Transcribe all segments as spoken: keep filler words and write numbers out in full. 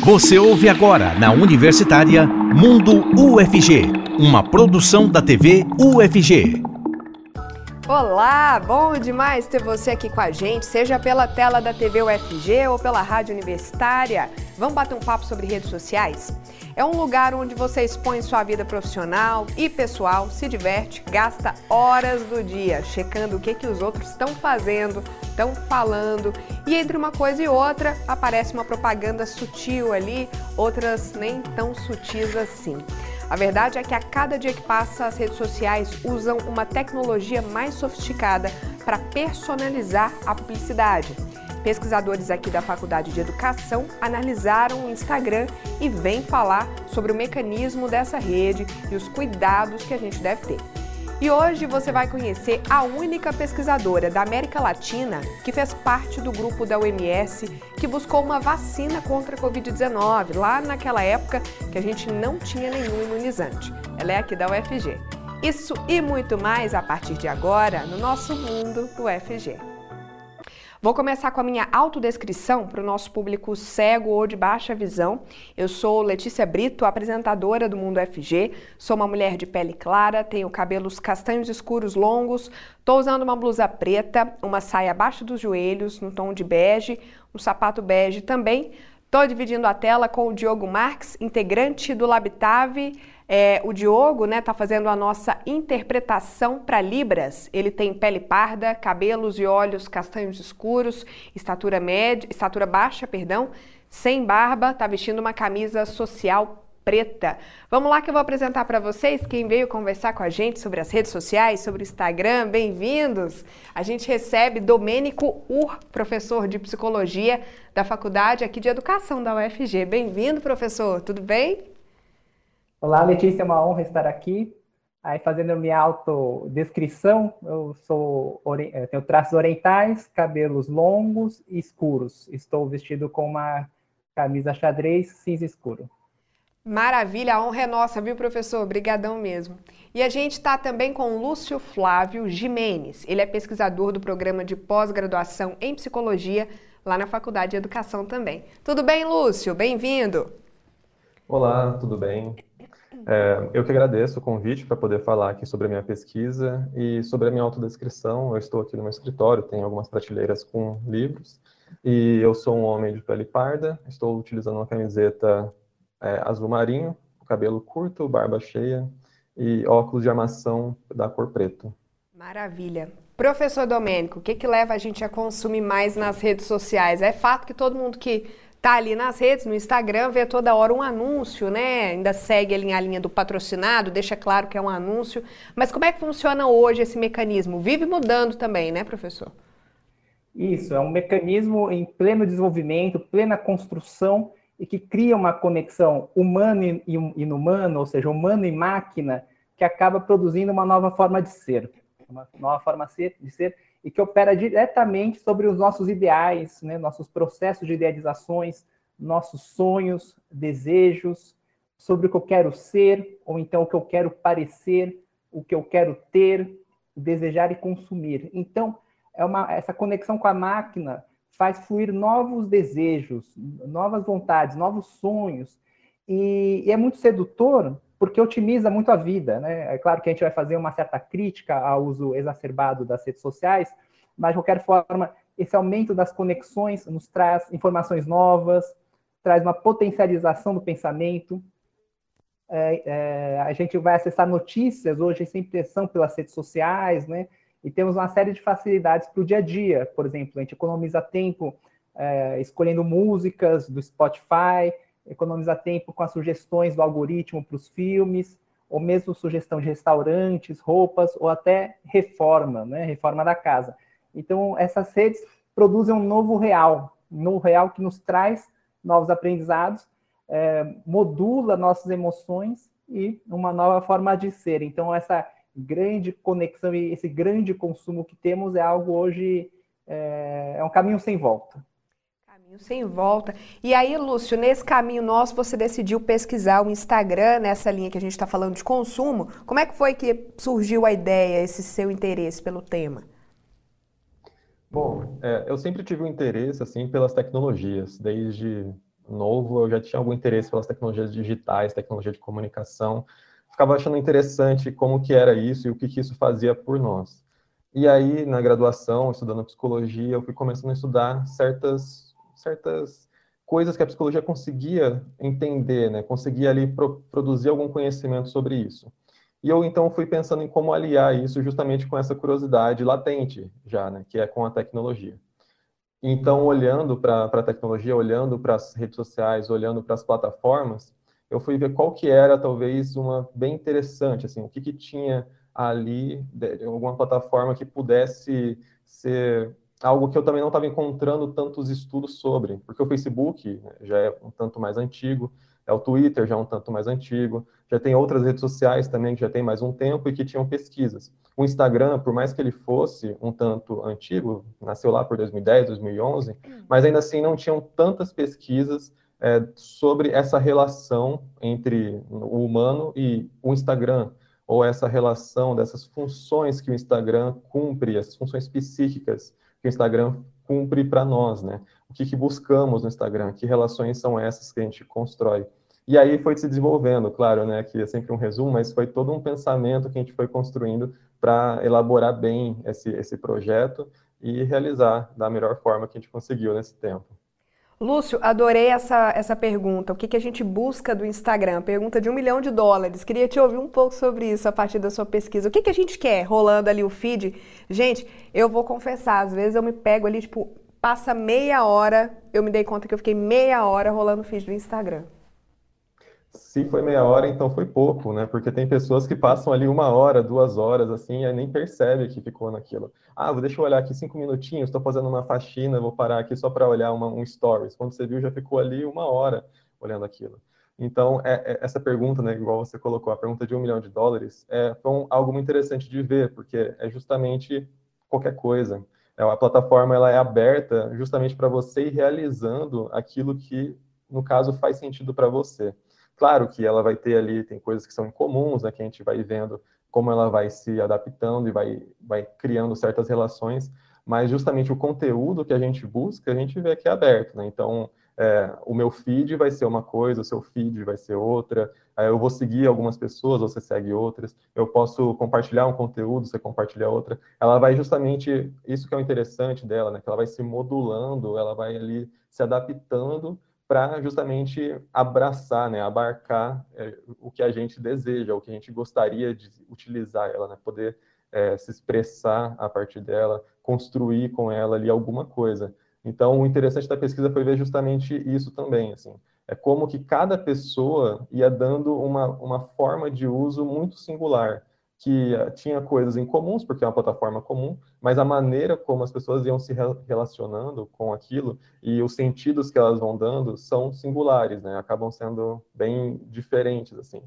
Você ouve agora na Universitária Mundo U F G, uma produção da T V U F G. Olá, bom demais ter você aqui com a gente, seja pela tela da T V U F G ou pela Rádio Universitária. Vamos bater um papo sobre redes sociais? É um lugar onde você expõe sua vida profissional e pessoal, se diverte, gasta horas do dia checando o que, que os outros estão fazendo, estão falando, e entre uma coisa e outra aparece uma propaganda sutil ali, outras nem tão sutis assim. A verdade é que a cada dia que passa, as redes sociais usam uma tecnologia mais sofisticada para personalizar a publicidade. Pesquisadores aqui da Faculdade de Educação analisaram o Instagram e vêm falar sobre o mecanismo dessa rede e os cuidados que a gente deve ter. E hoje você vai conhecer a única pesquisadora da América Latina que fez parte do grupo da O M S que buscou uma vacina contra a covid dezenove, lá naquela época que a gente não tinha nenhum imunizante. Ela é aqui da U F G. Isso e muito mais a partir de agora no nosso Mundo U F G. Vou começar com a minha autodescrição para o nosso público cego ou de baixa visão. Eu sou Letícia Brito, apresentadora do Mundo U F G, sou uma mulher de pele clara, tenho cabelos castanhos escuros longos, estou usando uma blusa preta, uma saia abaixo dos joelhos, no tom de bege, um sapato bege também. Estou dividindo a tela com o Diogo Marques, integrante do Labitave. É, o Diogo né, tá fazendo a nossa interpretação para Libras. Ele tem pele parda, cabelos e olhos castanhos escuros, estatura média, estatura baixa, perdão, sem barba, tá vestindo uma camisa social preta. Vamos lá que eu vou apresentar para vocês quem veio conversar com a gente sobre as redes sociais, sobre o Instagram. Bem-vindos! A gente recebe Domênico Ur, professor de Psicologia da Faculdade aqui de Educação da U F G. Bem-vindo, professor. Tudo bem? Olá, Letícia, é uma honra estar aqui. Aí, fazendo a minha autodescrição, eu sou, eu tenho traços orientais, cabelos longos e escuros. Estou vestido com uma camisa xadrez cinza escuro. Maravilha, a honra é nossa, viu, professor? Obrigadão mesmo. E a gente está também com o Lúcio Flávio Gimenez. Ele é pesquisador do programa de pós-graduação em Psicologia, lá na Faculdade de Educação também. Tudo bem, Lúcio? Bem-vindo! Olá, tudo bem? É, eu que agradeço o convite para poder falar aqui sobre a minha pesquisa e sobre a minha autodescrição. Eu estou aqui no meu escritório, tenho algumas prateleiras com livros, e eu sou um homem de pele parda, estou utilizando uma camiseta é, azul marinho, cabelo curto, barba cheia e óculos de armação da cor preto. Maravilha. Professor Domênico, o que, que leva a gente a consumir mais nas redes sociais? É fato que todo mundo que tá ali nas redes, no Instagram, vê toda hora um anúncio, né? Ainda segue ali a linha do patrocinado, deixa claro que é um anúncio. Mas como é que funciona hoje esse mecanismo? Vive mudando também, né, professor? Isso, é um mecanismo em pleno desenvolvimento, plena construção, e que cria uma conexão humano e inumano, ou seja, humano e máquina, que acaba produzindo uma nova forma de ser. Uma nova forma de ser, e que opera diretamente sobre os nossos ideais, né, nossos processos de idealizações, nossos sonhos, desejos, sobre o que eu quero ser, ou então o que eu quero parecer, o que eu quero ter, desejar e consumir. Então, é uma, essa conexão com a máquina faz fluir novos desejos, novas vontades, novos sonhos, e, e é muito sedutor, porque otimiza muito a vida, né? É claro que a gente vai fazer uma certa crítica ao uso exacerbado das redes sociais, mas, de qualquer forma, esse aumento das conexões nos traz informações novas, traz uma potencialização do pensamento. É, é, a gente vai acessar notícias hoje sem pressão pelas redes sociais, né? E temos uma série de facilidades para o dia a dia. Por exemplo, a gente economiza tempo é, escolhendo músicas do Spotify, economiza tempo com as sugestões do algoritmo para os filmes, ou mesmo sugestão de restaurantes, roupas, ou até reforma, né? Reforma da casa. Então, essas redes produzem um novo real, um novo real que nos traz novos aprendizados, é, modula nossas emoções e uma nova forma de ser. Então, essa grande conexão e esse grande consumo que temos é algo hoje, é, é um caminho sem volta. Caminho sem volta. E aí, Lúcio, nesse caminho nosso, você decidiu pesquisar o Instagram, nessa linha que a gente está falando de consumo. Como é que foi que surgiu a ideia, esse seu interesse pelo tema? Bom, é, eu sempre tive um interesse assim pelas tecnologias, desde novo, eu já tinha algum interesse pelas tecnologias digitais, tecnologia de comunicação, ficava achando interessante como que era isso e o que que isso fazia por nós. E aí, na graduação, estudando psicologia, eu fui começando a estudar certas, certas coisas que a psicologia conseguia entender, né? Conseguia ali pro, produzir algum conhecimento sobre isso. E eu, então, fui pensando em como aliar isso justamente com essa curiosidade latente já, né? Que é com a tecnologia. Então, olhando para a tecnologia, olhando para as redes sociais, olhando para as plataformas, eu fui ver qual que era, talvez, uma bem interessante, assim, o que que tinha ali, de, alguma plataforma que pudesse ser algo que eu também não estava encontrando tantos estudos sobre, porque o Facebook, né, já é um tanto mais antigo, é o Twitter já é um tanto mais antigo, já tem outras redes sociais também que já tem mais um tempo e que tinham pesquisas. O Instagram, por mais que ele fosse um tanto antigo, nasceu lá por dois mil e dez, dois mil e onze, mas ainda assim não tinham tantas pesquisas é, sobre essa relação entre o humano e o Instagram, ou essa relação dessas funções que o Instagram cumpre, as funções psíquicas que o Instagram cumpre para nós, né? O que, que buscamos no Instagram, que relações são essas que a gente constrói. E aí foi se desenvolvendo, claro, né, que é sempre um resumo, mas foi todo um pensamento que a gente foi construindo para elaborar bem esse, esse projeto e realizar da melhor forma que a gente conseguiu nesse tempo. Lúcio, adorei essa, essa pergunta. O que, que a gente busca do Instagram? Pergunta de um milhão de dólares. Queria te ouvir um pouco sobre isso a partir da sua pesquisa. O que, que a gente quer rolando ali o feed? Gente, eu vou confessar, às vezes eu me pego ali, tipo, passa meia hora, eu me dei conta que eu fiquei meia hora rolando o feed do Instagram. Se foi meia hora, então foi pouco, né? Porque tem pessoas que passam ali uma hora, duas horas, assim, e nem percebe que ficou naquilo. Ah, vou deixa eu olhar aqui cinco minutinhos, estou fazendo uma faxina, vou parar aqui só para olhar uma, um stories. Quando você viu, já ficou ali uma hora olhando aquilo. Então, é, é, essa pergunta, né, igual você colocou, a pergunta de um milhão de dólares, é, foi um, algo muito interessante de ver, porque é justamente qualquer coisa. É, a plataforma ela é aberta justamente para você ir realizando aquilo que, no caso, faz sentido para você. Claro que ela vai ter ali, tem coisas que são incomuns, né, que a gente vai vendo como ela vai se adaptando e vai, vai criando certas relações, mas justamente o conteúdo que a gente busca, a gente vê que é aberto, né? Então, é, o meu feed vai ser uma coisa, o seu feed vai ser outra, eu vou seguir algumas pessoas, você segue outras, eu posso compartilhar um conteúdo, você compartilha outra. Ela vai justamente, isso que é o interessante dela, né? Que ela vai se modulando, ela vai ali se adaptando para justamente abraçar, né, abarcar é, o que a gente deseja, o que a gente gostaria de utilizar ela, né, poder é, se expressar a partir dela, construir com ela ali alguma coisa. Então, o interessante da pesquisa foi ver justamente isso também, assim, é como que cada pessoa ia dando uma, uma forma de uso muito singular, que tinha coisas em comuns, porque é uma plataforma comum, mas a maneira como as pessoas iam se relacionando com aquilo e os sentidos que elas vão dando são singulares, né? Acabam sendo bem diferentes, assim.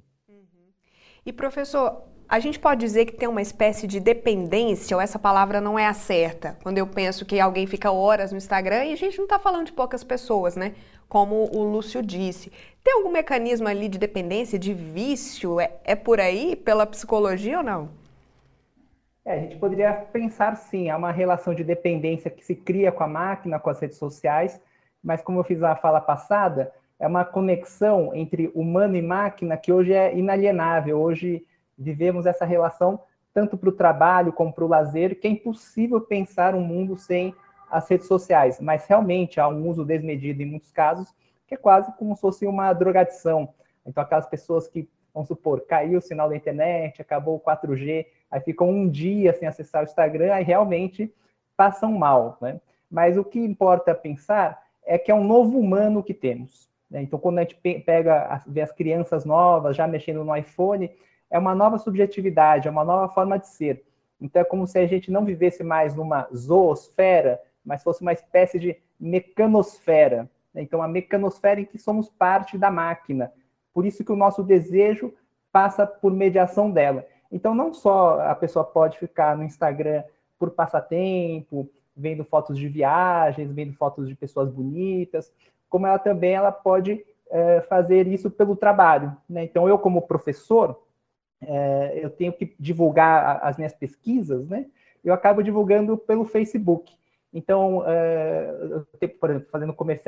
E professor, a gente pode dizer que tem uma espécie de dependência, ou essa palavra não é a certa, quando eu penso que alguém fica horas no Instagram e a gente não está falando de poucas pessoas, né? Como o Lúcio disse. Tem algum mecanismo ali de dependência, de vício? É, é por aí, pela psicologia ou não? É, a gente poderia pensar sim, há uma relação de dependência que se cria com a máquina, com as redes sociais, mas como eu fiz a fala passada, é uma conexão entre humano e máquina que hoje é inalienável. Hoje vivemos essa relação tanto para o trabalho como para o lazer, que é impossível pensar um mundo sem as redes sociais, mas realmente há um uso desmedido em muitos casos, que é quase como se fosse uma drogadição. Então aquelas pessoas que, vamos supor, caiu o sinal da internet, acabou o quatro G, aí ficam um dia sem acessar o Instagram, aí realmente passam mal, né? Mas o que importa pensar é que é um novo humano que temos. Né? Então, quando a gente pega, vê as crianças novas já mexendo no iPhone, é uma nova subjetividade, é uma nova forma de ser. Então, é como se a gente não vivesse mais numa zoosfera, mas fosse uma espécie de mecanosfera. Né? Então, a mecanosfera em que somos parte da máquina. Por isso que o nosso desejo passa por mediação dela. Então, não só a pessoa pode ficar no Instagram por passatempo, vendo fotos de viagens, vendo fotos de pessoas bonitas, como ela também ela pode é, fazer isso pelo trabalho. Né? Então, eu como professor, é, eu tenho que divulgar as minhas pesquisas, né? Eu acabo divulgando pelo Facebook. Então, é, eu tenho, por exemplo, fazendo comercial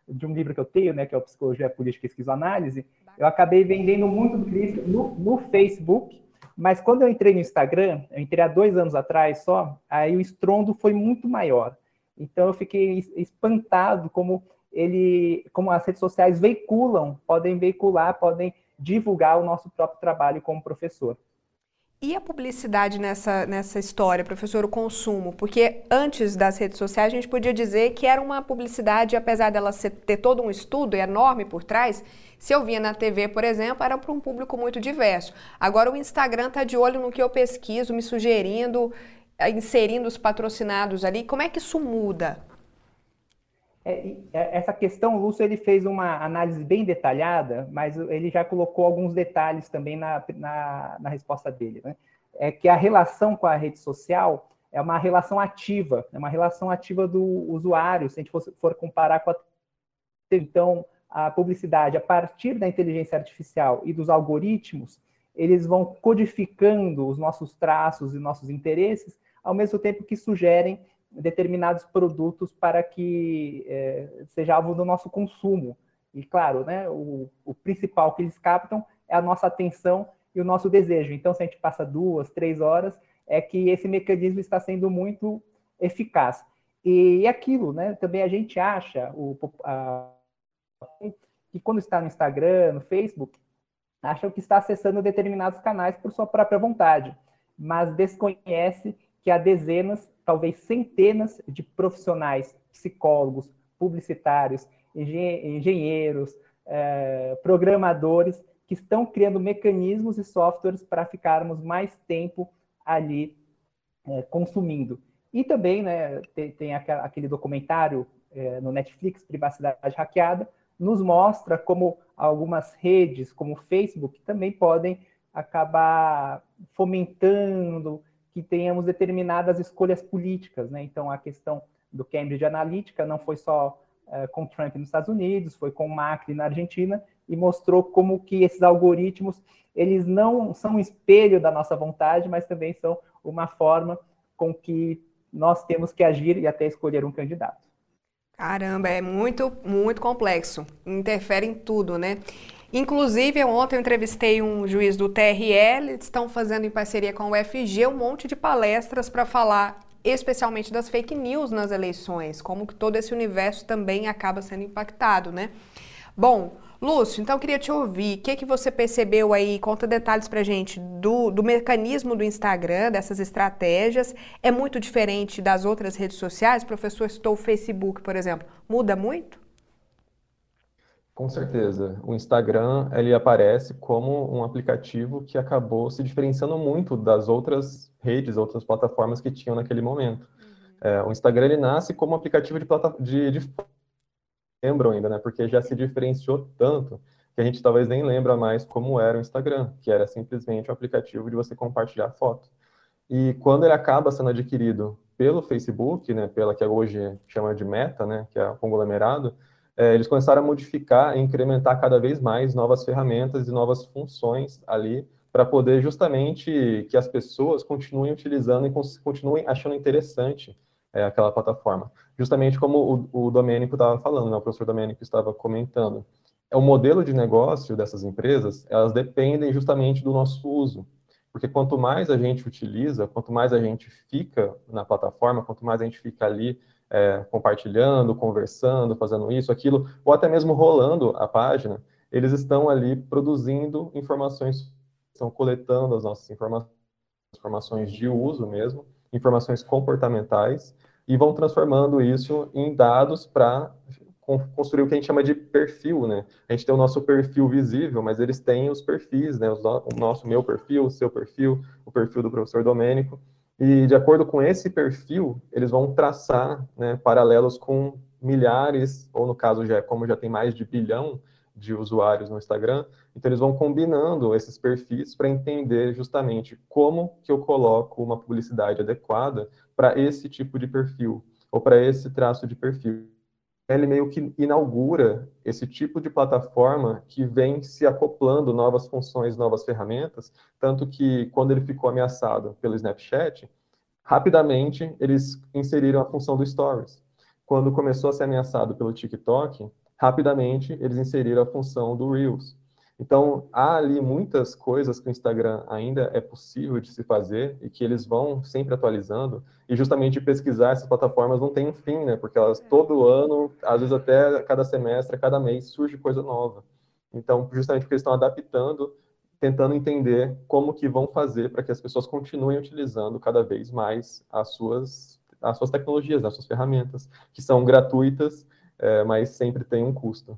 de um livro que eu tenho, né, que é o Psicologia Política e Esquizoanálise, eu acabei vendendo muito do Cristo no, no Facebook, mas quando eu entrei no Instagram, eu entrei há dois anos atrás só, aí o estrondo foi muito maior. Então eu fiquei espantado como ele, como as redes sociais veiculam, podem veicular, podem divulgar o nosso próprio trabalho como professor. E a publicidade nessa, nessa história, professor, o consumo? Porque antes das redes sociais a gente podia dizer que era uma publicidade, apesar dela ser, ter todo um estudo enorme por trás, se eu via na T V, por exemplo, era para um público muito diverso. Agora o Instagram está de olho no que eu pesquiso, me sugerindo, inserindo os patrocinados ali. Como é que isso muda? É, essa questão, o Lúcio, ele fez uma análise bem detalhada, mas ele já colocou alguns detalhes também na, na, na resposta dele, né? É que a relação com a rede social é uma relação ativa, é uma relação ativa do usuário, se a gente for, for comparar com a... Então, a publicidade, a partir da inteligência artificial e dos algoritmos, eles vão codificando os nossos traços e nossos interesses, ao mesmo tempo que sugerem determinados produtos para que é, seja alvo do nosso consumo. E, claro, né, o, o principal que eles captam é a nossa atenção e o nosso desejo. Então, se a gente passa duas, três horas, é que esse mecanismo está sendo muito eficaz. E aquilo, né, também a gente acha o, a, que quando está no Instagram, no Facebook, acham que está acessando determinados canais por sua própria vontade, mas desconhece que há dezenas, talvez centenas de profissionais, psicólogos, publicitários, engenheiros, eh, programadores, que estão criando mecanismos e softwares para ficarmos mais tempo ali eh, consumindo. E também, né, tem, tem aquele documentário eh, no Netflix, Privacidade Hackeada, nos mostra como algumas redes, como o Facebook, também podem acabar fomentando que tenhamos determinadas escolhas políticas, né? Então, a questão do Cambridge Analytica não foi só uh, com Trump nos Estados Unidos, foi com Macri na Argentina, e mostrou como que esses algoritmos, eles não são um espelho da nossa vontade, mas também são uma forma com que nós temos que agir e até escolher um candidato. Caramba, é muito, muito complexo. Interfere em tudo, né? Inclusive, ontem eu entrevistei um juiz do T R E, eles estão fazendo em parceria com o U F G um monte de palestras para falar especialmente das fake news nas eleições, como que todo esse universo também acaba sendo impactado, né? Bom, Lúcio, então eu queria te ouvir, o que, que você percebeu aí, conta detalhes pra gente do, do mecanismo do Instagram, dessas estratégias, é muito diferente das outras redes sociais? O professor citou o Facebook, por exemplo, muda muito? Com certeza. O Instagram, ele aparece como um aplicativo que acabou se diferenciando muito das outras redes, outras plataformas que tinham naquele momento. Uhum. É, o Instagram, ele nasce como um aplicativo de, plata... de, de... lembram ainda, né? Porque já se diferenciou tanto que a gente talvez nem lembra mais como era o Instagram, que era simplesmente um aplicativo de você compartilhar foto. E quando ele acaba sendo adquirido pelo Facebook, né, pela que hoje chama de Meta, né, que é o conglomerado, é, eles começaram a modificar e incrementar cada vez mais novas ferramentas e novas funções ali para poder justamente que as pessoas continuem utilizando e continuem achando interessante é, aquela plataforma. Justamente como o, o Domênico estava falando, né, o professor Domênico estava comentando. É o modelo de negócio dessas empresas, elas dependem justamente do nosso uso. Porque quanto mais a gente utiliza, quanto mais a gente fica na plataforma, quanto mais a gente fica ali é, compartilhando, conversando, fazendo isso, aquilo, ou até mesmo rolando a página, eles estão ali produzindo informações, estão coletando as nossas informações, informações de uso mesmo, informações comportamentais, e vão transformando isso em dados para construir o que a gente chama de perfil, né? A gente tem o nosso perfil visível, mas eles têm os perfis, né? O nosso, meu perfil, o seu perfil, o perfil do professor Domênico. E, de acordo com esse perfil, eles vão traçar, né, paralelos com milhares, ou no caso, já, como já tem mais de bilhão de usuários no Instagram, então eles vão combinando esses perfis para entender justamente como que eu coloco uma publicidade adequada para esse tipo de perfil, ou para esse traço de perfil. Ele meio que inaugura esse tipo de plataforma que vem se acoplando novas funções, novas ferramentas, tanto que quando ele ficou ameaçado pelo Snapchat, rapidamente eles inseriram a função do Stories. Quando começou a ser ameaçado pelo TikTok, rapidamente eles inseriram a função do Reels. Então, há ali muitas coisas que o Instagram ainda é possível de se fazer e que eles vão sempre atualizando, e justamente pesquisar essas plataformas não tem um fim, né? Porque elas todo ano, às vezes até cada semestre, cada mês, surge coisa nova. Então, justamente porque eles estão adaptando, tentando entender como que vão fazer para que as pessoas continuem utilizando cada vez mais as suas, as suas tecnologias, as suas ferramentas, que são gratuitas, é, mas sempre tem um custo.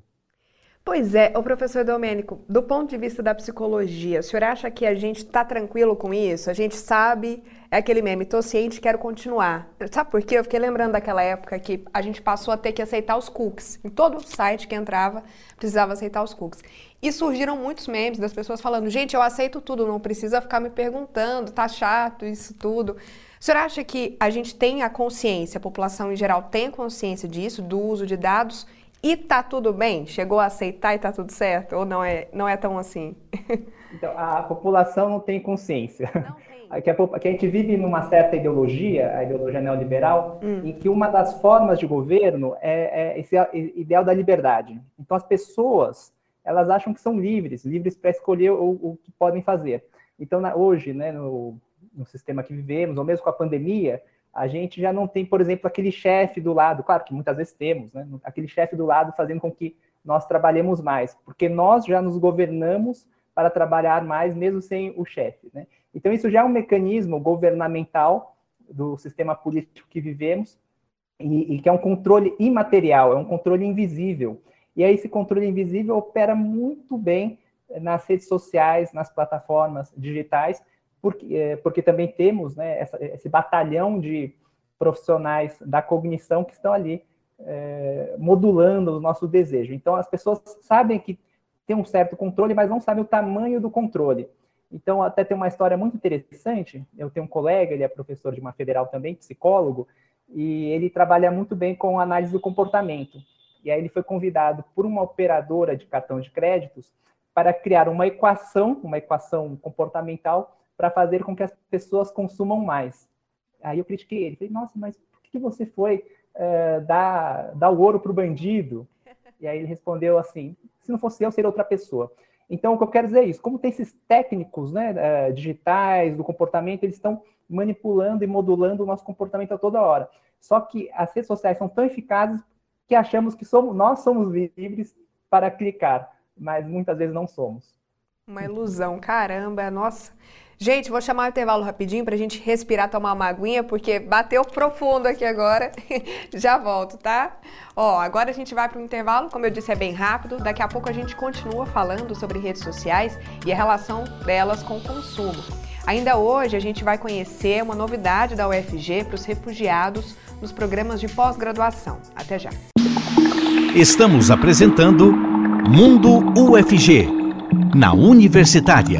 Pois é, o professor Domênico, do ponto de vista da psicologia, o senhor acha que a gente está tranquilo com isso? A gente sabe, é aquele meme, tô ciente, quero continuar. Sabe por quê? Eu fiquei lembrando daquela época que a gente passou a ter que aceitar os cookies. Em todo site que entrava, precisava aceitar os cookies. E surgiram muitos memes das pessoas falando, gente, eu aceito tudo, não precisa ficar me perguntando, tá chato isso tudo. O senhor acha que a gente tem a consciência, a população em geral tem consciência disso, do uso de dados, e tá tudo bem? Chegou a aceitar e tá tudo certo? Ou não é, não é tão assim? Então, a população não tem consciência. Não tem. Que a, que a gente vive numa certa ideologia, a ideologia neoliberal, hum. em que uma das formas de governo é, é esse ideal da liberdade. Então, as pessoas, elas acham que são livres, livres para escolher o, o que podem fazer. Então, na, hoje, né, no, no sistema que vivemos, ou mesmo com a pandemia, a gente já não tem, por exemplo, aquele chefe do lado, claro que muitas vezes temos, né? Aquele chefe do lado fazendo com que nós trabalhemos mais, porque nós já nos governamos para trabalhar mais, mesmo sem o chefe, né? Então, isso já é um mecanismo governamental do sistema político que vivemos, e, e que é um controle imaterial, é um controle invisível. E aí, esse controle invisível opera muito bem nas redes sociais, nas plataformas digitais, Porque, porque também temos, né, essa, esse batalhão de profissionais da cognição que estão ali é, modulando o nosso desejo. Então, as pessoas sabem que tem um certo controle, mas não sabem o tamanho do controle. Então, até tem uma história muito interessante. Eu tenho um colega, ele é professor de uma federal também, psicólogo, e ele trabalha muito bem com análise do comportamento. E aí ele foi convidado por uma operadora de cartão de créditos para criar uma equação, uma equação comportamental, para fazer com que as pessoas consumam mais. Aí eu critiquei ele, falei, nossa, mas por que você foi uh, dar, dar o ouro para o bandido? E aí ele respondeu assim, se não fosse eu, seria outra pessoa. Então, o que eu quero dizer é isso, como tem esses técnicos, né, uh, digitais, do comportamento, eles estão manipulando e modulando o nosso comportamento a toda hora. Só que as redes sociais são tão eficazes que achamos que somos, nós somos livres para clicar, mas muitas vezes não somos. Uma ilusão, caramba, nossa... Gente, vou chamar o intervalo rapidinho pra gente respirar, tomar uma aguinha, porque bateu profundo aqui agora. Já volto, tá? Ó, agora a gente vai para um intervalo, como eu disse, é bem rápido. Daqui a pouco a gente continua falando sobre redes sociais e a relação delas com o consumo. Ainda hoje a gente vai conhecer uma novidade da U F G para os refugiados nos programas de pós-graduação. Até já. Estamos apresentando Mundo U F G, na Universitária.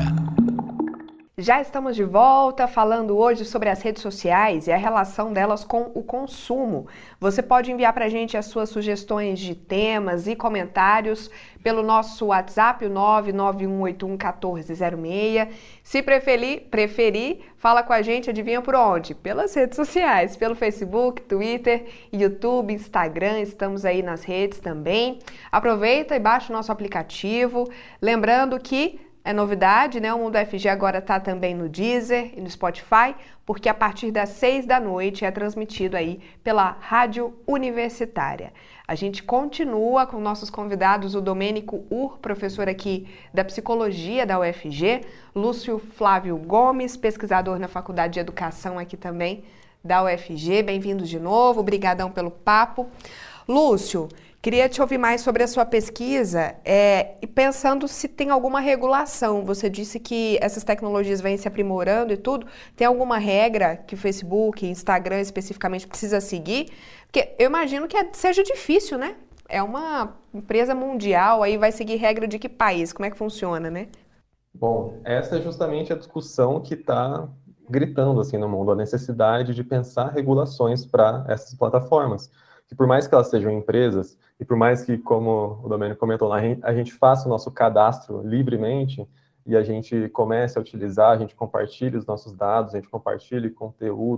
Já estamos de volta falando hoje sobre as redes sociais e a relação delas com o consumo. Você pode enviar para a gente as suas sugestões de temas e comentários pelo nosso WhatsApp, o nove nove um oito um um quatro zero seis. Se preferir, preferir, fala com a gente, adivinha por onde? Pelas redes sociais, pelo Facebook, Twitter, YouTube, Instagram, estamos aí nas redes também. Aproveita e baixa o nosso aplicativo. Lembrando que é novidade, né? O Mundo U F G agora está também no Deezer e no Spotify, porque a partir das seis da noite é transmitido aí pela Rádio Universitária. A gente continua com nossos convidados, o Domênico Ur, professor aqui da Psicologia da U F G, Lúcio Flávio Gomes, pesquisador na Faculdade de Educação aqui também da U F G. Bem-vindos de novo, obrigadão pelo papo. Lúcio, queria te ouvir mais sobre a sua pesquisa é, e pensando se tem alguma regulação. Você disse que essas tecnologias vêm se aprimorando e tudo. Tem alguma regra que o Facebook, Instagram especificamente precisa seguir? Porque eu imagino que seja difícil, né? É uma empresa mundial, aí vai seguir regra de que país? Como é que funciona, né? Bom, essa é justamente a discussão que está gritando assim no mundo, a necessidade de pensar regulações para essas plataformas. Que por mais que elas sejam empresas, e por mais que, como o Domênico comentou lá, a gente faça o nosso cadastro livremente, e a gente comece a utilizar, a gente compartilhe os nossos dados, a gente compartilhe conteúdo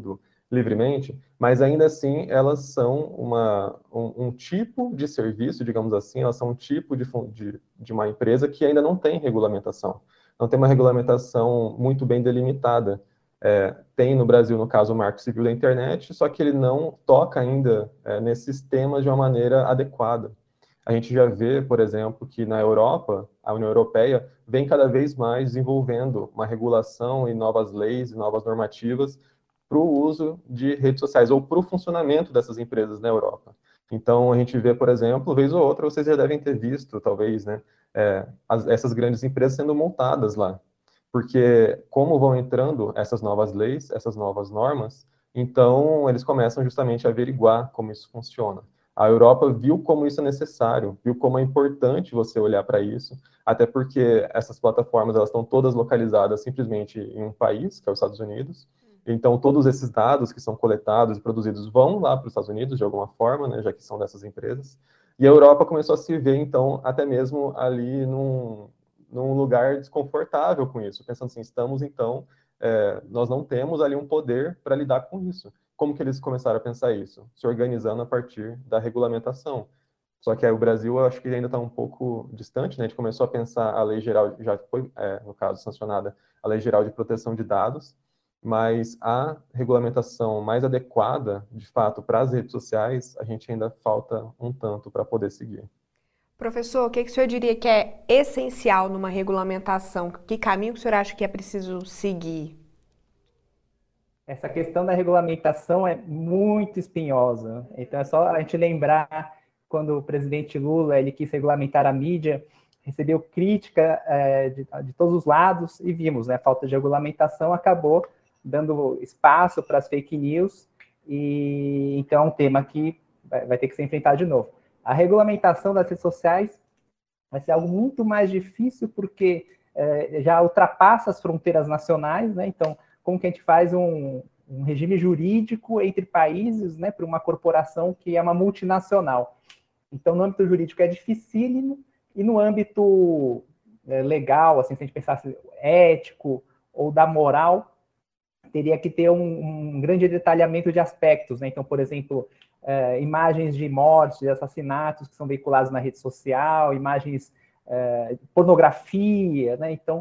livremente, mas ainda assim elas são uma, um, um tipo de serviço, digamos assim, elas são um tipo de, de, de uma empresa que ainda não tem regulamentação, não tem uma regulamentação muito bem delimitada. É, tem no Brasil, no caso, o Marco Civil da Internet, só que ele não toca ainda é, nesses temas de uma maneira adequada. A gente já vê, por exemplo, que na Europa, a União Europeia vem cada vez mais desenvolvendo uma regulação e novas leis e novas normativas para o uso de redes sociais ou para o funcionamento dessas empresas na Europa. Então, a gente vê, por exemplo, vez ou outra, vocês já devem ter visto, talvez, né, é, as, essas grandes empresas sendo multadas lá. Porque, como vão entrando essas novas leis, essas novas normas, então eles começam justamente a averiguar como isso funciona. A Europa viu como isso é necessário, viu como é importante você olhar para isso, até porque essas plataformas elas estão todas localizadas simplesmente em um país, que é os Estados Unidos. Então, todos esses dados que são coletados e produzidos vão lá para os Estados Unidos, de alguma forma, né, já que são dessas empresas. E a Europa começou a se ver, então, até mesmo ali num, num lugar desconfortável com isso, pensando assim, estamos, então, é, nós não temos ali um poder para lidar com isso. Como que eles começaram a pensar isso? Se organizando a partir da regulamentação. Só que aí o Brasil, eu acho que ainda está um pouco distante, né? A gente começou a pensar a lei geral, já foi, é, no caso, sancionada a lei geral de proteção de dados, mas a regulamentação mais adequada, de fato, para as redes sociais, a gente ainda falta um tanto para poder seguir. Professor, o que, que o senhor diria que é essencial numa regulamentação? Que caminho que o senhor acha que é preciso seguir? Essa questão da regulamentação é muito espinhosa. Então, é só a gente lembrar quando o presidente Lula ele quis regulamentar a mídia, recebeu crítica é, de, de todos os lados e vimos, né, a falta de regulamentação acabou dando espaço para as fake news e então é um tema que vai, vai ter que ser enfrentado de novo. A regulamentação das redes sociais vai ser algo muito mais difícil porque é, já ultrapassa as fronteiras nacionais, né? Então, como que a gente faz um, um regime jurídico entre países, né, para uma corporação que é uma multinacional? Então, no âmbito jurídico é dificílimo e no âmbito é, legal, assim, se a gente pensasse ético ou da moral, teria que ter um, um grande detalhamento de aspectos, né? Então, por exemplo, é, imagens de mortes, de assassinatos que são veiculados na rede social, imagens é, pornografia, né? Então,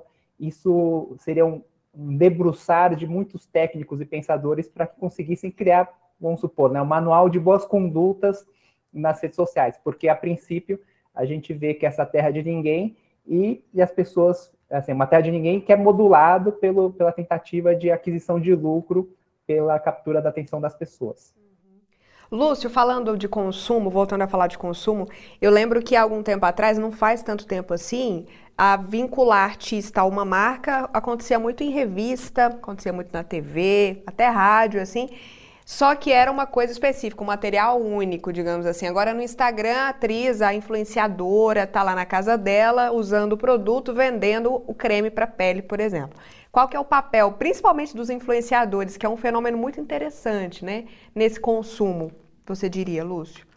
isso seria um, um debruçar de muitos técnicos e pensadores para que conseguissem criar, vamos supor, né, um manual de boas condutas nas redes sociais, porque, a princípio, a gente vê que essa terra é de ninguém e, e as pessoas, assim, uma terra de ninguém que é modulado pelo, pela tentativa de aquisição de lucro pela captura da atenção das pessoas. Lúcio, falando de consumo, voltando a falar de consumo, eu lembro que há algum tempo atrás, não faz tanto tempo assim, a vincular artista a uma marca acontecia muito em revista, acontecia muito na T V, até rádio, assim, só que era uma coisa específica, um material único, digamos assim. Agora no Instagram, a atriz, a influenciadora, tá lá na casa dela, usando o produto, vendendo o creme para pele, por exemplo. Qual que é o papel, principalmente dos influenciadores, que é um fenômeno muito interessante, né, nesse consumo, você diria, Lúcio?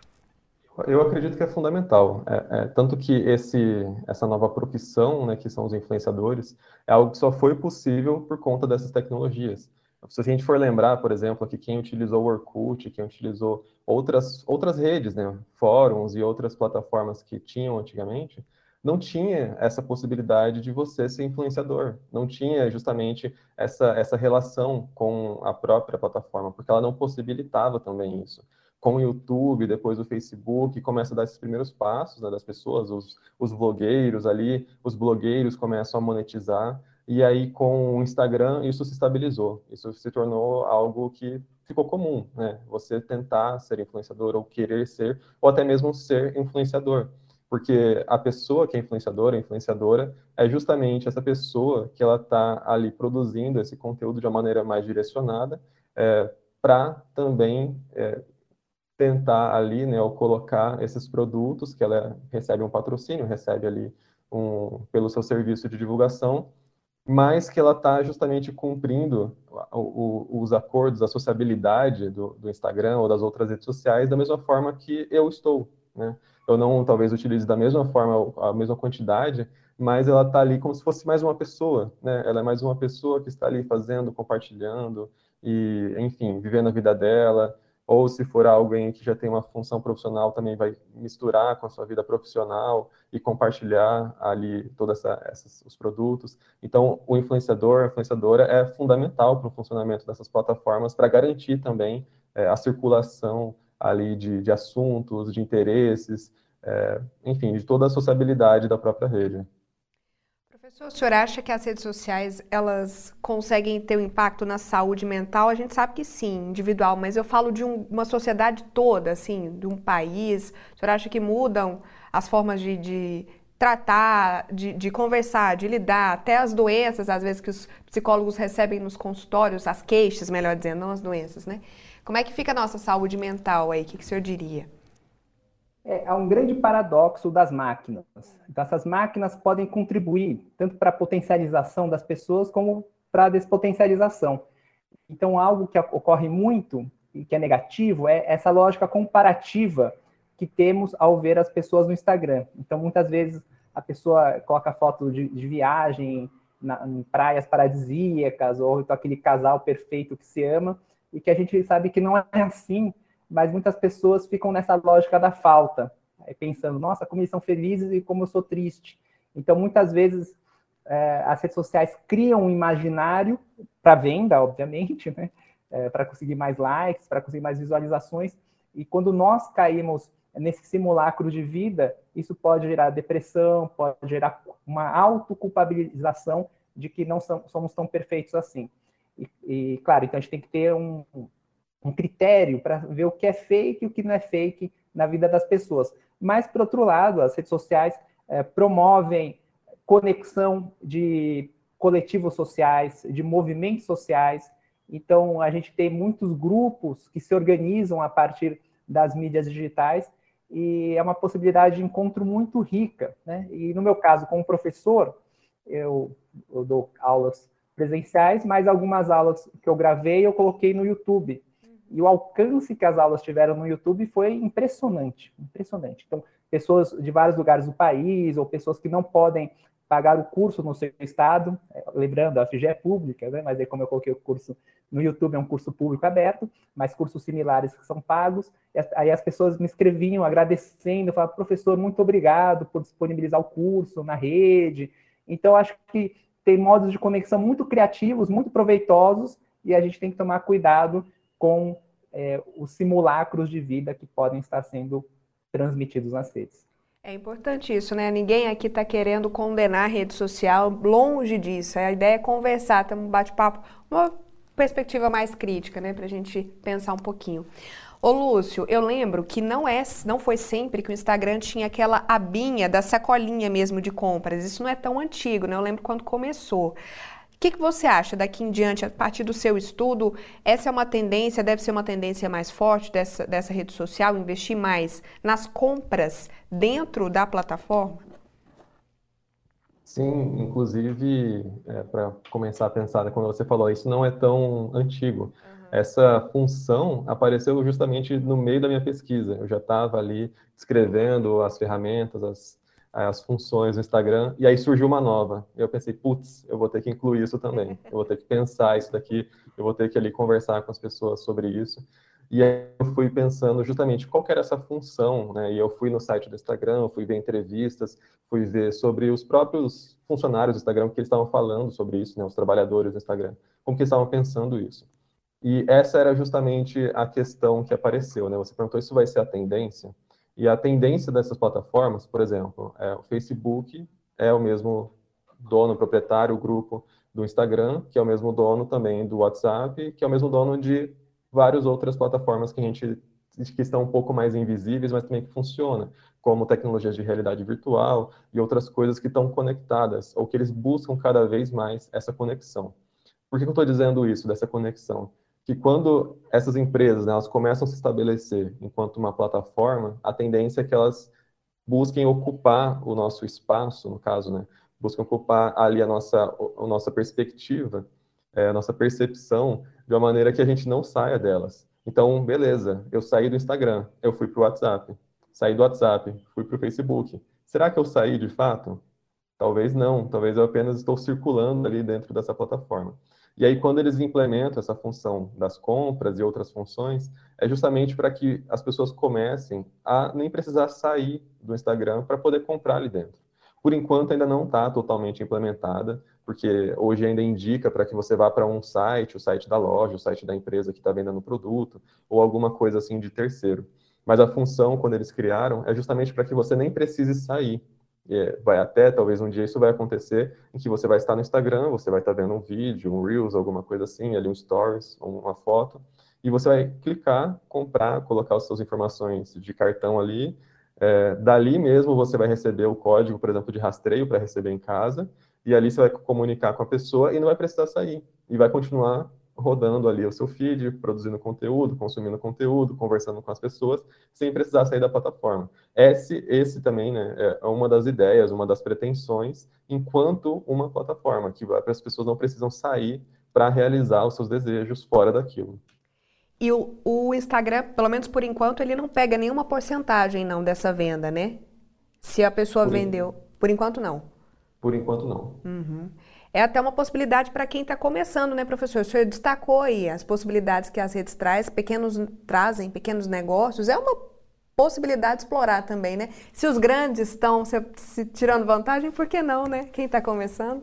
Eu acredito que é fundamental. É, é, tanto que esse, essa nova profissão, né, que são os influenciadores, é algo que só foi possível por conta dessas tecnologias. Se a gente for lembrar, por exemplo, que quem utilizou o Orkut, quem utilizou outras, outras redes, né, fóruns e outras plataformas que tinham antigamente, não tinha essa possibilidade de você ser influenciador. Não tinha justamente essa, essa relação com a própria plataforma, porque ela não possibilitava também isso. Com o YouTube, depois o Facebook, começa a dar esses primeiros passos, né, das pessoas, os, os vlogueiros ali, os blogueiros começam a monetizar, e aí com o Instagram isso se estabilizou, isso se tornou algo que ficou comum, né? Você tentar ser influenciador ou querer ser, ou até mesmo ser influenciador. Porque a pessoa que é influenciadora, influenciadora, é justamente essa pessoa que ela está ali produzindo esse conteúdo de uma maneira mais direcionada, é, para também é, tentar ali, né, ou colocar esses produtos que ela recebe um patrocínio, recebe ali um, pelo seu serviço de divulgação, mas que ela está justamente cumprindo o, o, os acordos, a sociabilidade do, do Instagram ou das outras redes sociais da mesma forma que eu estou, né? Eu não, talvez, utilize da mesma forma, a mesma quantidade, mas ela está ali como se fosse mais uma pessoa, né? Ela é mais uma pessoa que está ali fazendo, compartilhando, e, enfim, vivendo a vida dela, ou se for alguém que já tem uma função profissional, também vai misturar com a sua vida profissional e compartilhar ali todos os produtos. Então, o influenciador, a influenciadora é fundamental para o funcionamento dessas plataformas, para garantir também é, a circulação ali de, de assuntos, de interesses, é, enfim, de toda a sociabilidade da própria rede. Professor, o senhor acha que as redes sociais, elas conseguem ter um impacto na saúde mental? A gente sabe que sim, individual, mas eu falo de um, uma sociedade toda, assim, de um país. O senhor acha que mudam as formas de, de tratar, de, de conversar, de lidar, até as doenças, às vezes, que os psicólogos recebem nos consultórios, as queixas, melhor dizendo, não as doenças, né? Como é que fica a nossa saúde mental aí? O que, que o senhor diria? É, há um grande paradoxo das máquinas. Então, essas máquinas podem contribuir tanto para a potencialização das pessoas como para a despotencialização. Então, algo que ocorre muito e que é negativo é essa lógica comparativa que temos ao ver as pessoas no Instagram. Então, muitas vezes, a pessoa coloca foto de, de viagem na, em praias paradisíacas, ou então aquele casal perfeito que se ama, e que a gente sabe que não é assim, mas muitas pessoas ficam nessa lógica da falta, pensando, nossa, como eles são felizes e como eu sou triste. Então, muitas vezes, é, as redes sociais criam um imaginário para venda, obviamente, né? É, para conseguir mais likes, para conseguir mais visualizações, e quando nós caímos nesse simulacro de vida, isso pode gerar depressão, pode gerar uma autoculpabilização de que não somos tão perfeitos assim. E, e claro, então a gente tem que ter um... um critério para ver o que é fake e o que não é fake na vida das pessoas. Mas, por outro lado, as redes sociais é, promovem conexão de coletivos sociais, de movimentos sociais. Então, a gente tem muitos grupos que se organizam a partir das mídias digitais e é uma possibilidade de encontro muito rica, né? E, no meu caso, como professor, eu, eu dou aulas presenciais, mas algumas aulas que eu gravei eu coloquei no YouTube. E o alcance que as aulas tiveram no YouTube foi impressionante, impressionante. Então, pessoas de vários lugares do país, ou pessoas que não podem pagar o curso no seu estado, lembrando, a F G é pública, né? Mas aí como eu coloquei o curso no YouTube, é um curso público aberto, mas cursos similares que são pagos, e aí as pessoas me escreviam agradecendo, falavam, professor, muito obrigado por disponibilizar o curso na rede. Então, acho que tem modos de conexão muito criativos, muito proveitosos, e a gente tem que tomar cuidado com é, os simulacros de vida que podem estar sendo transmitidos nas redes. É importante isso, né? Ninguém aqui está querendo condenar a rede social, longe disso. A ideia é conversar, ter um bate-papo, uma perspectiva mais crítica, né? Para a gente pensar um pouquinho. Ô Lúcio, eu lembro que não, é, não foi sempre que o Instagram tinha aquela abinha da sacolinha mesmo de compras. Isso não é tão antigo, né? Eu lembro quando começou. O que, que você acha daqui em diante, a partir do seu estudo? Essa é uma tendência, deve ser uma tendência mais forte dessa, dessa rede social, investir mais nas compras dentro da plataforma? Sim, inclusive, é, para começar a pensar, né, quando você falou, isso não é tão antigo. Uhum. Essa função apareceu justamente no meio da minha pesquisa. Eu já estava ali escrevendo as ferramentas, as as funções do Instagram, e aí surgiu uma nova. Eu pensei, putz, eu vou ter que incluir isso também. Eu vou ter que pensar isso daqui, eu vou ter que ali conversar com as pessoas sobre isso. E aí eu fui pensando justamente qual que era essa função, né? E eu fui no site do Instagram, fui ver entrevistas, fui ver sobre os próprios funcionários do Instagram, que eles estavam falando sobre isso, né? Os trabalhadores do Instagram, como que eles estavam pensando isso. E essa era justamente a questão que apareceu, né? Você perguntou, isso vai ser a tendência? E a tendência dessas plataformas, por exemplo, é, o Facebook é o mesmo dono, proprietário, o grupo do Instagram, que é o mesmo dono também do WhatsApp, que é o mesmo dono de várias outras plataformas que a gente que estão um pouco mais invisíveis, mas também que funcionam, como tecnologias de realidade virtual e outras coisas que estão conectadas, ou que eles buscam cada vez mais essa conexão. Por que eu estou dizendo isso, dessa conexão? Que quando essas empresas, né, elas começam a se estabelecer enquanto uma plataforma, a tendência é que elas busquem ocupar o nosso espaço, no caso, né, busquem ocupar ali a nossa, a nossa perspectiva, é, a nossa percepção, de uma maneira que a gente não saia delas. Então, beleza, eu saí do Instagram, eu fui para o WhatsApp, saí do WhatsApp, fui para o Facebook. Será que eu saí de fato? Talvez não, talvez eu apenas estou circulando ali dentro dessa plataforma. E aí, quando eles implementam essa função das compras e outras funções, é justamente para que as pessoas comecem a nem precisar sair do Instagram para poder comprar ali dentro. Por enquanto, ainda não está totalmente implementada, porque hoje ainda indica para que você vá para um site, o site da loja, o site da empresa que está vendendo o produto, ou alguma coisa assim de terceiro. Mas a função, quando eles criaram, é justamente para que você nem precise sair. É, vai até, talvez um dia isso vai acontecer, em que você vai estar no Instagram, você vai estar vendo um vídeo, um Reels, alguma coisa assim, ali um Stories, uma foto, e você vai clicar, comprar, colocar as suas informações de cartão ali, é, dali mesmo você vai receber o código, por exemplo, de rastreio para receber em casa, e ali você vai comunicar com a pessoa e não vai precisar sair, e vai continuar rodando ali o seu feed, produzindo conteúdo, consumindo conteúdo, conversando com as pessoas, sem precisar sair da plataforma. Esse, esse também, né, é uma das ideias, uma das pretensões, enquanto uma plataforma, que as pessoas não precisam sair para realizar os seus desejos fora daquilo. E o, o Instagram, pelo menos por enquanto, ele não pega nenhuma porcentagem não dessa venda, né? Se a pessoa Por vendeu. Por enquanto, não. Por enquanto, não. Uhum. É até uma possibilidade para quem está começando, né, professor? O senhor destacou aí as possibilidades que as redes traz, pequenos, trazem, pequenos negócios. É uma possibilidade de explorar também, né? Se os grandes estão se, se tirando vantagem, por que não, né? Quem está começando?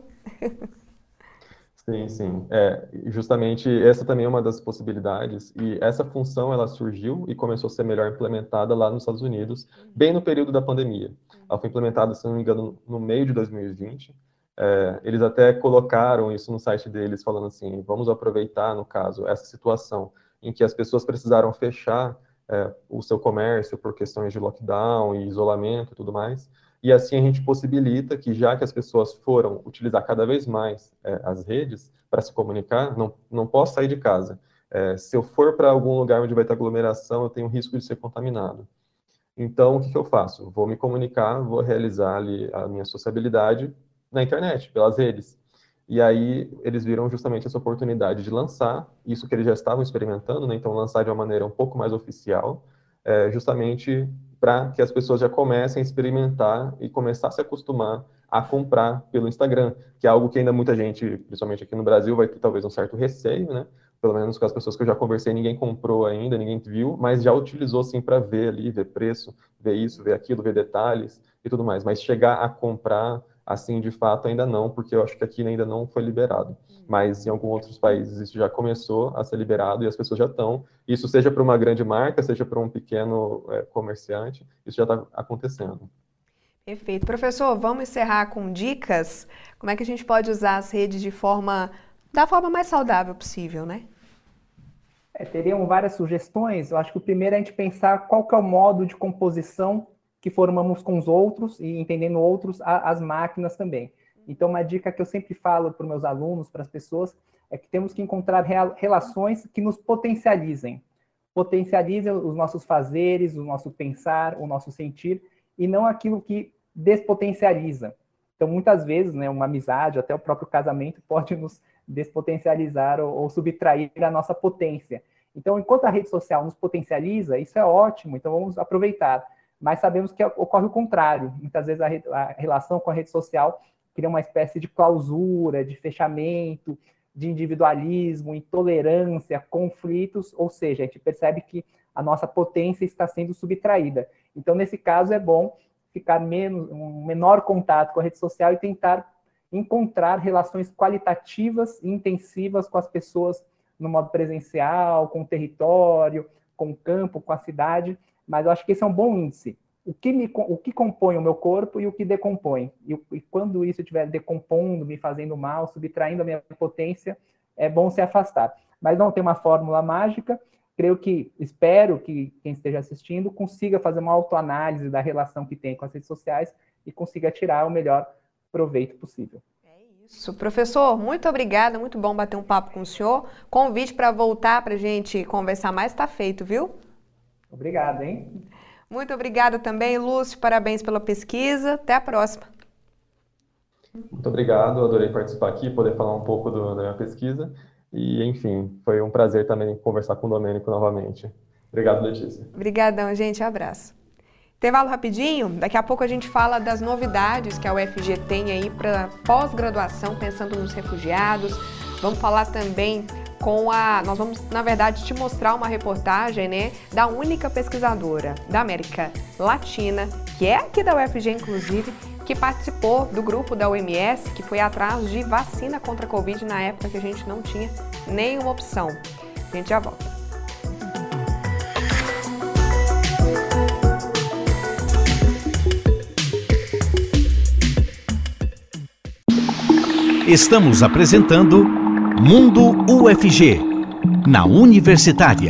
Sim, sim. É, justamente essa também é uma das possibilidades, e essa função ela surgiu e começou a ser melhor implementada lá nos Estados Unidos, bem no período da pandemia. Ela foi implementada, se não me engano, no meio de dois mil e vinte. É, eles até colocaram isso no site deles, falando assim, vamos aproveitar, no caso, essa situação em que as pessoas precisaram fechar é, o seu comércio por questões de lockdown e isolamento e tudo mais, e assim a gente possibilita que, já que as pessoas foram utilizar cada vez mais é, as redes para se comunicar, não, não posso sair de casa. É, se eu for para algum lugar onde vai ter aglomeração, eu tenho risco de ser contaminado. Então, o que, que eu faço? Vou me comunicar, vou realizar ali a minha sociabilidade na internet, pelas redes. E aí, eles viram justamente essa oportunidade de lançar isso que eles já estavam experimentando, né? Então, lançar de uma maneira um pouco mais oficial, é, justamente para que as pessoas já comecem a experimentar e começar a se acostumar a comprar pelo Instagram, que é algo que ainda muita gente, principalmente aqui no Brasil, vai ter talvez um certo receio, né? Pelo menos com as pessoas que eu já conversei, ninguém comprou ainda, ninguém viu, mas já utilizou, sim, para ver ali, ver preço, ver isso, ver aquilo, ver detalhes e tudo mais. Mas chegar a comprar, assim, de fato, ainda não, porque eu acho que aqui ainda não foi liberado. Mas em alguns outros países isso já começou a ser liberado e as pessoas já estão. Isso seja para uma grande marca, seja para um pequeno é, comerciante, isso já está acontecendo. Perfeito. Professor, vamos encerrar com dicas. Como é que a gente pode usar as redes de forma, da forma mais saudável possível, né? É, teriam várias sugestões. Eu acho que o primeiro é a gente pensar qual que é o modo de composição que formamos com os outros e entendendo outros, a, as máquinas também. Então, uma dica que eu sempre falo para os meus alunos, para as pessoas, é que temos que encontrar rea- relações que nos potencializem. Potencializem os nossos fazeres, o nosso pensar, o nosso sentir, e não aquilo que despotencializa. Então, muitas vezes, né, uma amizade, até o próprio casamento, pode nos despotencializar ou, ou subtrair a nossa potência. Então, enquanto a rede social nos potencializa, isso é ótimo, então vamos aproveitar. Mas sabemos que ocorre o contrário. Muitas vezes a, re- a relação com a rede social cria uma espécie de clausura, de fechamento, de individualismo, intolerância, conflitos, ou seja, a gente percebe que a nossa potência está sendo subtraída. Então, nesse caso, é bom ficar menos, um menor contato com a rede social e tentar encontrar relações qualitativas e intensivas com as pessoas no modo presencial, com o território, com o campo, com a cidade, mas eu acho que esse é um bom índice. O que, me, o que compõe o meu corpo e o que decompõe. E, e quando isso estiver decompondo, me fazendo mal, subtraindo a minha potência, é bom se afastar. Mas não tem uma fórmula mágica. Creio que, espero que quem esteja assistindo consiga fazer uma autoanálise da relação que tem com as redes sociais e consiga tirar o melhor proveito possível. Isso, professor, muito obrigada, muito bom bater um papo com o senhor. Convite para voltar para a gente conversar mais está feito, viu? Obrigado, hein? Muito obrigada também, Lúcio, parabéns pela pesquisa. Até a próxima. Muito obrigado, adorei participar aqui, poder falar um pouco do, da minha pesquisa. E, enfim, foi um prazer também conversar com o Domênico novamente. Obrigado, Letícia. Obrigadão, gente. Abraço. Intervalo rapidinho, daqui a pouco a gente fala das novidades que a U F G tem aí para pós-graduação, pensando nos refugiados. Vamos falar também com a... Nós vamos, na verdade, te mostrar uma reportagem, né, da única pesquisadora da América Latina, que é aqui da U F G, inclusive, que participou do grupo da O M S, que foi atrás de vacina contra a Covid na época que a gente não tinha nenhuma opção. A gente já volta. Estamos apresentando Mundo U F G, na Universitária.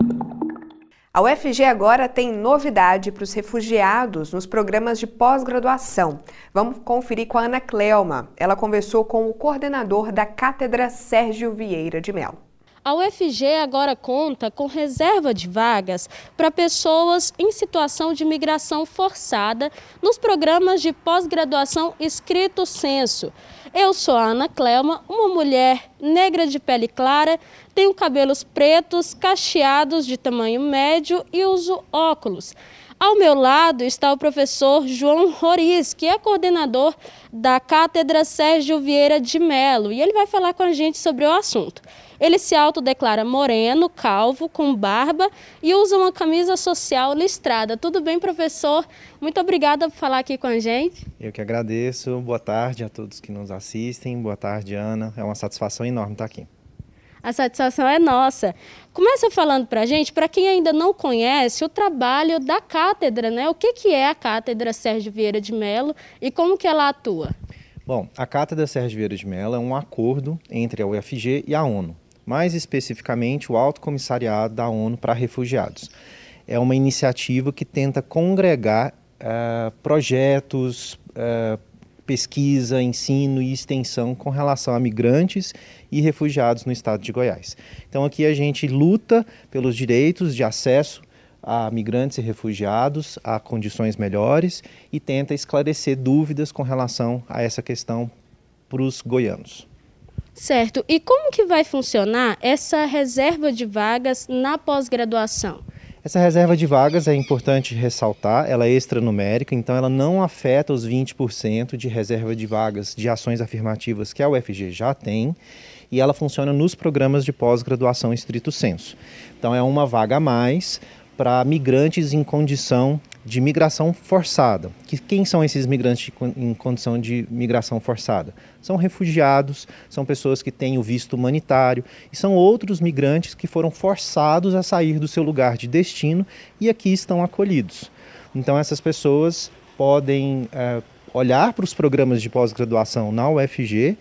A U F G agora tem novidade para os refugiados nos programas de pós-graduação. Vamos conferir com a Ana Clelma. Ela conversou com o coordenador da Cátedra Sérgio Vieira de Mello. A U F G agora conta com reserva de vagas para pessoas em situação de migração forçada nos programas de pós-graduação estrito sensu. Eu sou a Ana Clelma, uma mulher negra de pele clara, tenho cabelos pretos, cacheados de tamanho médio e uso óculos. Ao meu lado está o professor João Roriz, que é coordenador da Cátedra Sérgio Vieira de Mello, e ele vai falar com a gente sobre o assunto. Ele se autodeclara moreno, calvo, com barba e usa uma camisa social listrada. Tudo bem, professor? Muito obrigada por falar aqui com a gente. Eu que agradeço. Boa tarde a todos que nos assistem. Boa tarde, Ana. É uma satisfação enorme estar aqui. A satisfação é nossa. Começa falando para a gente, para quem ainda não conhece, o trabalho da cátedra, né? O que, que é a Cátedra Sérgio Vieira de Mello e como que ela atua? Bom, a Cátedra Sérgio Vieira de Mello é um acordo entre a U F G e a ONU. Mais especificamente o Alto Comissariado da ONU para Refugiados. É uma iniciativa que tenta congregar uh, projetos, uh, pesquisa, ensino e extensão com relação a migrantes e refugiados no estado de Goiás. Então aqui a gente luta pelos direitos de acesso a migrantes e refugiados a condições melhores e tenta esclarecer dúvidas com relação a essa questão para os goianos. Certo. E como que vai funcionar essa reserva de vagas na pós-graduação? Essa reserva de vagas é importante ressaltar, ela é extranumérica, então ela não afeta os vinte por cento de reserva de vagas de ações afirmativas que a U F G já tem, e ela funciona nos programas de pós-graduação estrito sensu. Então é uma vaga a mais para migrantes em condição de migração forçada. Que, quem são esses migrantes em condição de migração forçada? São refugiados, são pessoas que têm o visto humanitário e são outros migrantes que foram forçados a sair do seu lugar de destino e aqui estão acolhidos. Então essas pessoas podem é, olhar para os programas de pós-graduação na U F G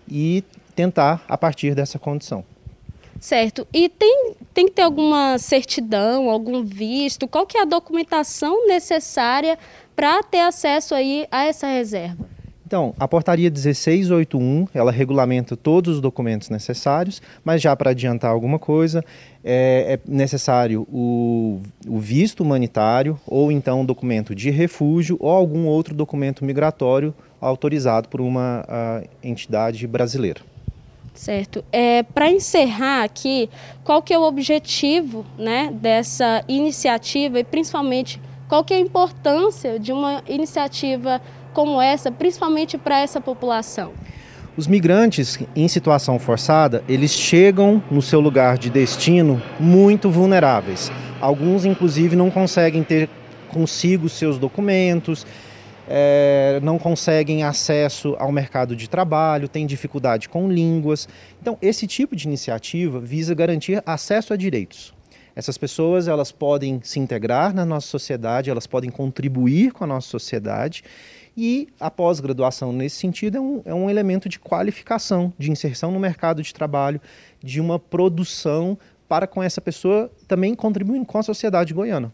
e tentar a partir dessa condição. Certo. E tem, tem que ter alguma certidão, algum visto? Qual que é a documentação necessária para ter acesso aí a essa reserva? Então, a portaria dezesseis oitenta e um, ela regulamenta todos os documentos necessários, mas já para adiantar alguma coisa, é, é necessário o, o visto humanitário ou então um documento de refúgio ou algum outro documento migratório autorizado por uma uh, entidade brasileira. Certo. É, para encerrar aqui, qual que é o objetivo, né, dessa iniciativa e principalmente qual que é a importância de uma iniciativa como essa, principalmente para essa população? Os migrantes em situação forçada, eles chegam no seu lugar de destino muito vulneráveis. Alguns, inclusive, não conseguem ter consigo seus documentos, É, não conseguem acesso ao mercado de trabalho, têm dificuldade com línguas. Então, esse tipo de iniciativa visa garantir acesso a direitos. Essas pessoas, elas podem se integrar na nossa sociedade, elas podem contribuir com a nossa sociedade e a pós-graduação, nesse sentido, é um, é um elemento de qualificação, de inserção no mercado de trabalho, de uma produção para com essa pessoa também contribuindo com a sociedade goiana.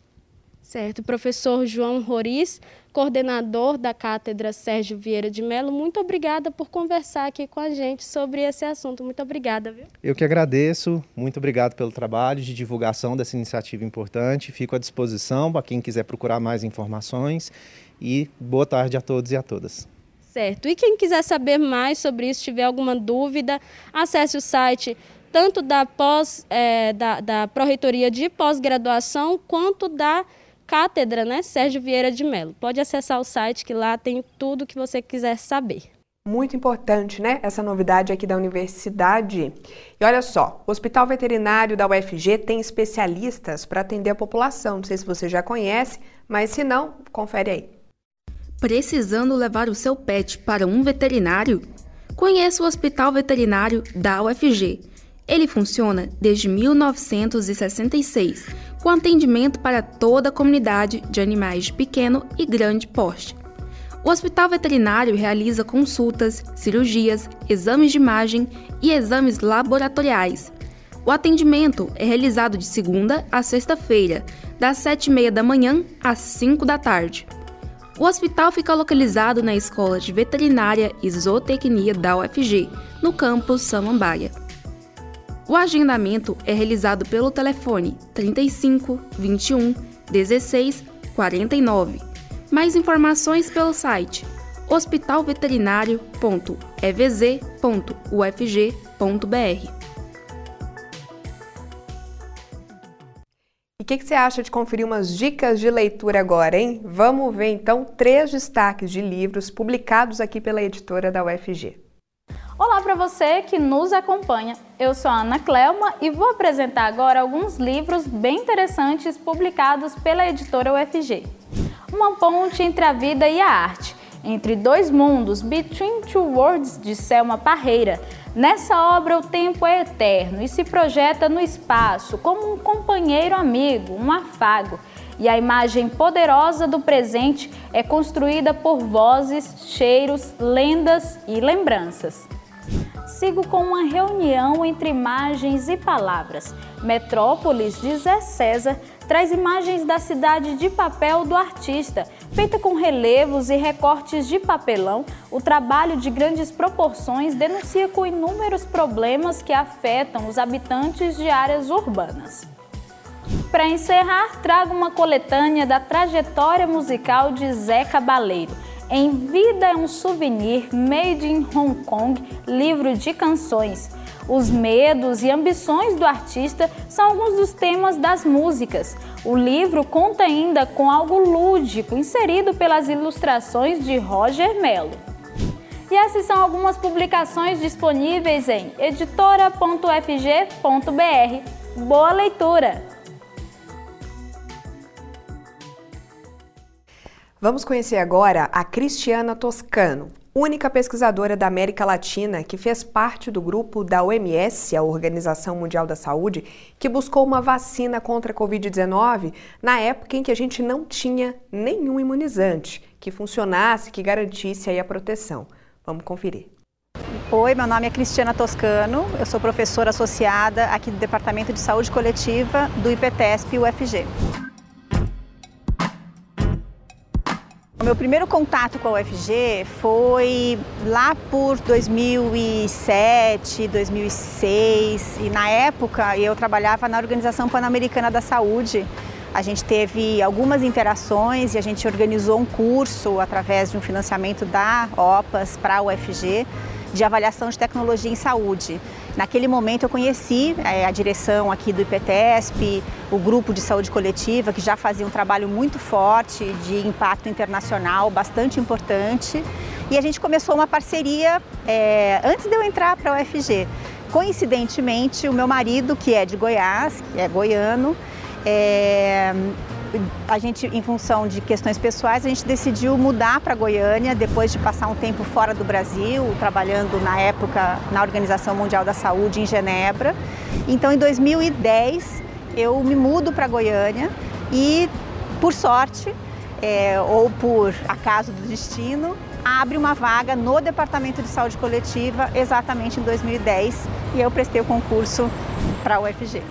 Certo. Professor João Roriz, coordenador da Cátedra Sérgio Vieira de Mello, muito obrigada por conversar aqui com a gente sobre esse assunto. Muito obrigada, viu? Eu que agradeço. Muito obrigado pelo trabalho de divulgação dessa iniciativa importante. Fico à disposição para quem quiser procurar mais informações e boa tarde a todos e a todas. Certo. E quem quiser saber mais sobre isso, tiver alguma dúvida, acesse o site tanto da, pós, é, da, da Pró-Reitoria de Pós-Graduação quanto da Cátedra, né, Sérgio Vieira de Mello. Pode acessar o site que lá tem tudo que você quiser saber. Muito importante, né? Essa novidade aqui da universidade. E olha só, o Hospital Veterinário da U F G tem especialistas para atender a população. Não sei se você já conhece, mas se não, confere aí. Precisando levar o seu pet para um veterinário? Conheça o Hospital Veterinário da U F G. Ele funciona desde mil novecentos e sessenta e seis, com atendimento para toda a comunidade de animais de pequeno e grande porte. O Hospital Veterinário realiza consultas, cirurgias, exames de imagem e exames laboratoriais. O atendimento é realizado de segunda a sexta-feira, das sete e meia da manhã às cinco da tarde. O hospital fica localizado na Escola de Veterinária e Zootecnia da U F G, no campus Samambaia. O agendamento é realizado pelo telefone trinta e cinco, vinte e um, dezesseis, quarenta e nove. Mais informações pelo site hospital veterinário ponto e v z ponto u f g ponto b r. E o que, que você acha de conferir umas dicas de leitura agora, hein? Vamos ver então três destaques de livros publicados aqui pela editora da U F G. Olá para você que nos acompanha, eu sou a Ana Clelma e vou apresentar agora alguns livros bem interessantes publicados pela editora U F G. Uma ponte entre a vida e a arte, entre dois mundos, Between Two Worlds, de Selma Parreira. Nessa obra o tempo é eterno e se projeta no espaço como um companheiro amigo, um afago. E a imagem poderosa do presente é construída por vozes, cheiros, lendas e lembranças. Sigo com uma reunião entre imagens e palavras. Metrópolis, de Zé César, traz imagens da cidade de papel do artista. Feita com relevos e recortes de papelão, o trabalho de grandes proporções denuncia com inúmeros problemas que afetam os habitantes de áreas urbanas. Para encerrar, trago uma coletânea da trajetória musical de Zé Cabaleiro. Em Vida é um Souvenir, Made in Hong Kong, livro de canções. Os medos e ambições do artista são alguns dos temas das músicas. O livro conta ainda com algo lúdico, inserido pelas ilustrações de Roger Mello. E essas são algumas publicações disponíveis em editora ponto u f g ponto b r. Boa leitura! Vamos conhecer agora a Cristiana Toscano, única pesquisadora da América Latina que fez parte do grupo da O M S, a Organização Mundial da Saúde, que buscou uma vacina contra a covid dezenove na época em que a gente não tinha nenhum imunizante que funcionasse, que garantisse aí a proteção. Vamos conferir. Oi, meu nome é Cristiana Toscano, eu sou professora associada aqui do Departamento de Saúde Coletiva do IPTESP U F G. O meu primeiro contato com a U F G foi lá por dois mil e sete, dois mil e seis, e na época eu trabalhava na Organização Pan-Americana da Saúde. A gente teve algumas interações e a gente organizou um curso através de um financiamento da OPAS para a U F G de avaliação de tecnologia em saúde. Naquele momento eu conheci é, a direção aqui do IPTESP, o grupo de saúde coletiva, que já fazia um trabalho muito forte de impacto internacional, bastante importante. E a gente começou uma parceria é, antes de eu entrar para a U F G. Coincidentemente, o meu marido, que é de Goiás, que é goiano, é, a gente, em função de questões pessoais, a gente decidiu mudar para Goiânia depois de passar um tempo fora do Brasil, trabalhando na época na Organização Mundial da Saúde em Genebra. Então, em dois mil e dez, eu me mudo para Goiânia e, por sorte, é, ou por acaso do destino, abre uma vaga no Departamento de Saúde Coletiva exatamente em dois mil e dez e eu prestei o concurso para a U F G.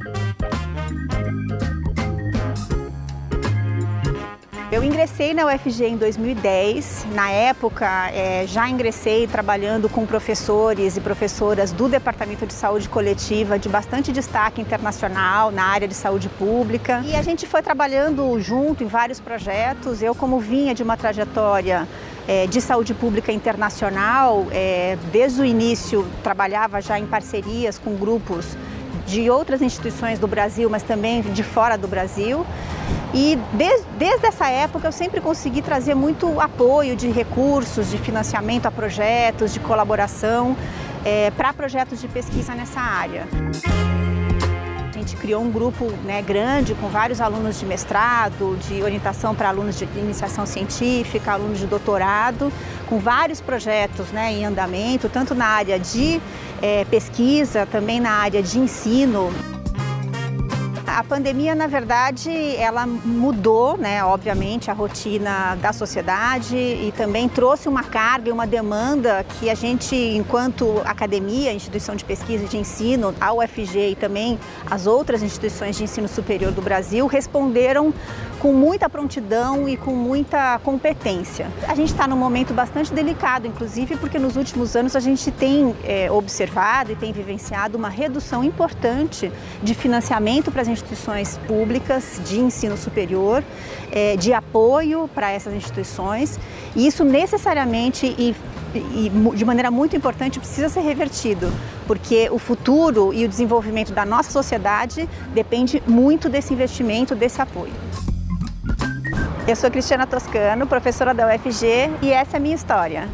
Eu ingressei na U F G em dois mil e dez, na época é, já ingressei trabalhando com professores e professoras do Departamento de Saúde Coletiva de bastante destaque internacional na área de saúde pública. E a gente foi trabalhando junto em vários projetos. Eu, como vinha de uma trajetória é, de saúde pública internacional, é, desde o início trabalhava já em parcerias com grupos de outras instituições do Brasil, mas também de fora do Brasil. E desde, desde essa época eu sempre consegui trazer muito apoio de recursos, de financiamento a projetos, de colaboração é, para projetos de pesquisa nessa área. A gente criou um grupo, né, grande com vários alunos de mestrado, de orientação para alunos de iniciação científica, alunos de doutorado, com vários projetos, né, em andamento, tanto na área de é, pesquisa, também na área de ensino. A pandemia, na verdade, ela mudou, né, obviamente, a rotina da sociedade e também trouxe uma carga e uma demanda que a gente, enquanto academia, instituição de pesquisa e de ensino, a U F G e também as outras instituições de ensino superior do Brasil, responderam com muita prontidão e com muita competência. A gente está num momento bastante delicado, inclusive, porque nos últimos anos a gente tem é, observado e tem vivenciado uma redução importante de financiamento para as instituições públicas de ensino superior, é, de apoio para essas instituições, e isso necessariamente e, e de maneira muito importante precisa ser revertido, porque o futuro e o desenvolvimento da nossa sociedade depende muito desse investimento, desse apoio. Eu sou Cristiana Toscano, professora da U F G, e essa é a minha história.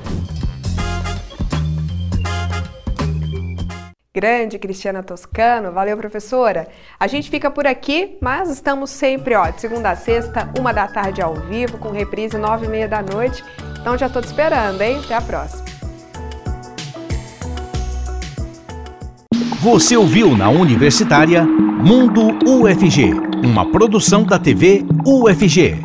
Grande Cristiana Toscano, valeu, professora. A gente fica por aqui, mas estamos sempre, ó, de segunda a sexta, uma da tarde ao vivo, com reprise nove e meia da noite. Então já tô te esperando, hein? Até a próxima. Você ouviu na Universitária Mundo U F G, uma produção da T V U F G.